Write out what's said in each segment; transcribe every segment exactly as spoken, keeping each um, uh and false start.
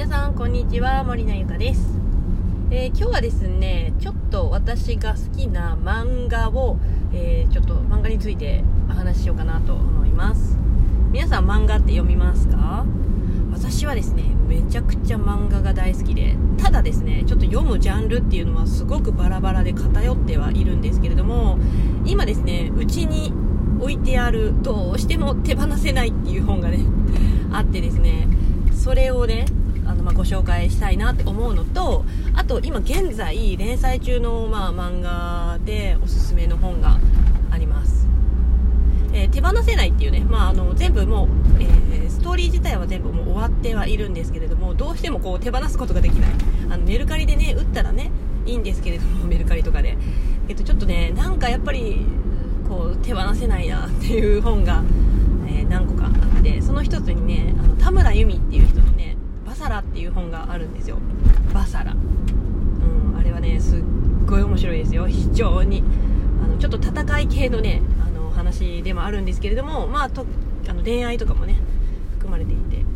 皆さんこんにちは、森名ゆかです。えー、今日はですね、ちょっと私が好きな漫画を、えー、ちょっと漫画についてお話ししようかなと思います。皆さん漫画って読みますか？私はですね、めちゃくちゃ漫画が大好きで、ただですね、ちょっと読むジャンルっていうのはすごくバラバラで偏ってはいるんですけれども、今ですね、うちに置いてあるどうしても手放せないっていう本がねあってですね、それをねあの、まあ、ご紹介したいなって思うのと、あと今現在連載中の、まあ、漫画でおすすめの本があります。えー、手放せないっていうね、まあ、あの全部もう、えー、ストーリー自体は全部もう終わってはいるんですけれども、どうしてもこう手放すことができない。あのメルカリでね売ったらねいいんですけれども、メルカリとかで、えっと、ちょっとねなんかやっぱりこう手放せないなっていう本が、えー、何個かあって、その一つにね、あの田村由美っていう人のねバサラっていう本があるんですよ。バサラ、うん、あれはねすっごい面白いですよ。非常にあのちょっと戦い系のねあの話でもあるんですけれども、まあ、とあの恋愛とかもね含まれていて、うん、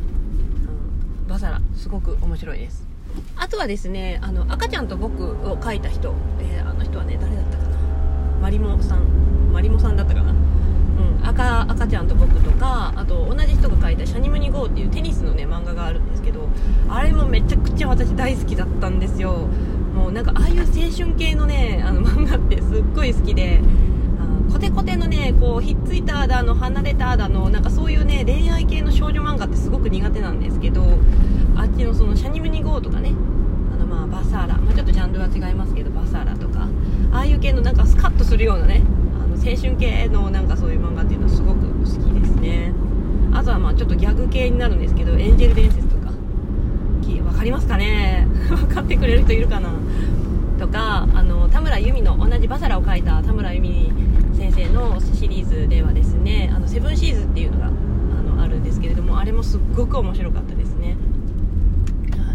バサラすごく面白いです。あとはですね、あの赤ちゃんと僕を書いた人、えー、あの人はね誰だったかな、マリモさんマリモさんだったかな、うん、赤, 赤ちゃんと僕とか、あと同じ人が書いたシャニムニゴーっていうテニスのね漫画があるんですけど、あれもめちゃくちゃ私大好きだったんですよ。もうなんかああいう青春系のねあの漫画ってすっごい好きで、あコテコテのねこうひっついただの離れただのなんかそういうね恋愛系の少女漫画ってすごく苦手なんですけど、あっちのそのシャニムニゴーとかね、あのまあバサーラ、まあ、ちょっとジャンルは違いますけどバサーラとか、ああいう系のなんかスカッとするようなね青春系のなんかそういう漫画っていうのはすごく好きですね。あとはまあちょっとギャグ系になるんですけど、エンジェル伝説とかわかりますかね分かってくれる人いるかなとか、あの田村由美の同じバサラを描いた田村由美先生のシリーズではですね、あのセブンシーズっていうのがあのあるんですけれども、あれもすっごく面白かったですね。はい、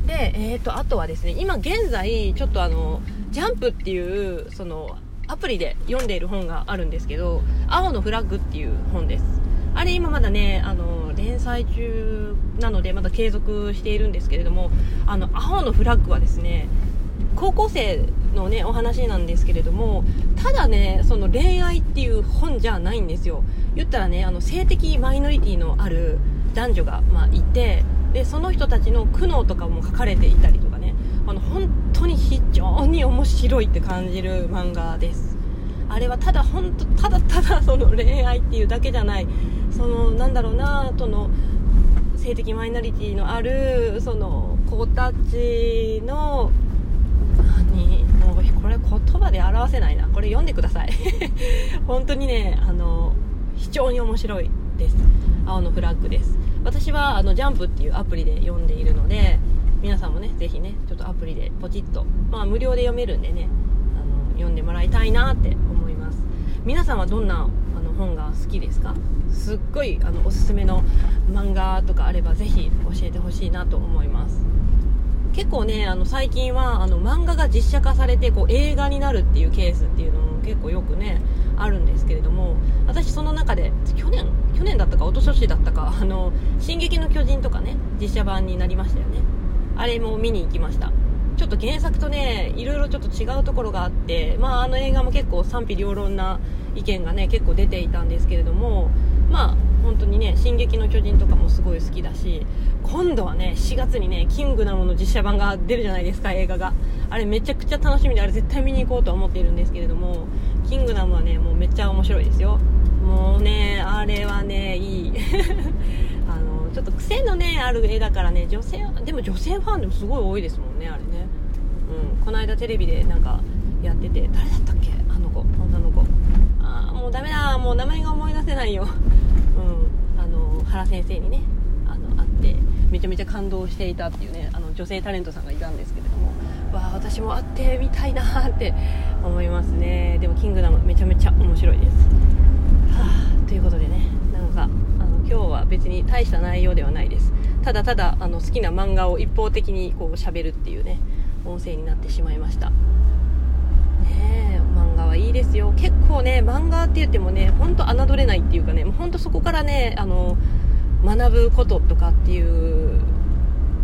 で、えーと、あとはですね、今現在ちょっとあのジャンプっていうそのアプリで読んでいる本があるんですけど、青のフラッグっていう本です。あれ今まだねあの連載中なのでまだ継続しているんですけれども、あの青のフラッグはですね高校生のねお話なんですけれども、ただねその恋愛っていう本じゃないんですよ。言ったらねあの性的マイノリティのある男女が、まあ、いて、でその人たちの苦悩とかも書かれていたりとかね、あの本当に非常に面白いって感じる漫画です。あれはただ本当ただただその恋愛っていうだけじゃない、そのなんだろうな、その性的マイノリティのあるその子たちの何もうこれ言葉で表せないな、これ読んでください本当にねあの非常に面白いです。青のフラッグです。私はあのジャンプっていうアプリで読んでいるので、皆さんもねぜひねちょっとアプリでポチッと、まあ無料で読めるんでね、あの読んでもらいたいなって思います。皆さんはどんなあの本が好きですか？すっごいあのおすすめの漫画とかあればぜひ教えてほしいなと思います。結構ねあの最近はあの漫画が実写化されてこう映画になるっていうケースっていうのも結構よくねあるんですけれども、私その中で去年去年だったか一昨年だったか、あの進撃の巨人とかね実写版になりましたよね。あれも見に行きました。ちょっと原作とねいろいろちょっと違うところがあって、まあ、あの映画も結構賛否両論な意見がね結構出ていたんですけれども、まあ本当にね進撃の巨人とかもすごい好きだし、今度はねしがつにねキングダムの実写版が出るじゃないですか、映画が。あれめちゃくちゃ楽しみで、あれ絶対見に行こうとは思っているんですけれども、キングダムはねもうめっちゃ面白いですよ。もうねあれはねいいあのちょっと癖のねある絵だからね、女性でも女性ファンでもすごい多いですもんね、あれね。うん、この間テレビでなんかやってて、誰だったっけあの子、女の子、あーもうダメだ、もう名前が思い出せないようん、あの原先生にねあの会ってめちゃめちゃ感動していたっていうねあの女性タレントさんがいたんですけれども、わあ私も会ってみたいなって思いますね。でもキングダムめちゃめちゃ面白いです。はあ、ということでね、なんかあの今日は別に大した内容ではないです。ただただあの好きな漫画を一方的にこう喋るっていうね音声になってしまいましたね。え漫画はいいですよ。結構ね漫画って言ってもね本当侮れないっていうかね、もう本当そこからねあの学ぶこととかっていう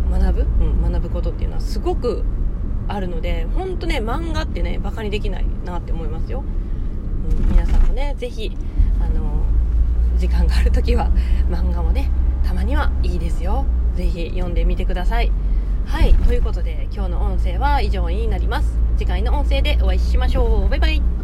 学ぶ、うん、学ぶことっていうのはすごくあるので、本当ね漫画ってねバカにできないなって思いますよ、うん、皆さんもねぜひあの時間があるときは漫画もねたまにはいいですよ。ぜひ読んでみてください。はい、ということで今日の音声は以上になります。次回の音声でお会いしましょう。バイバイ。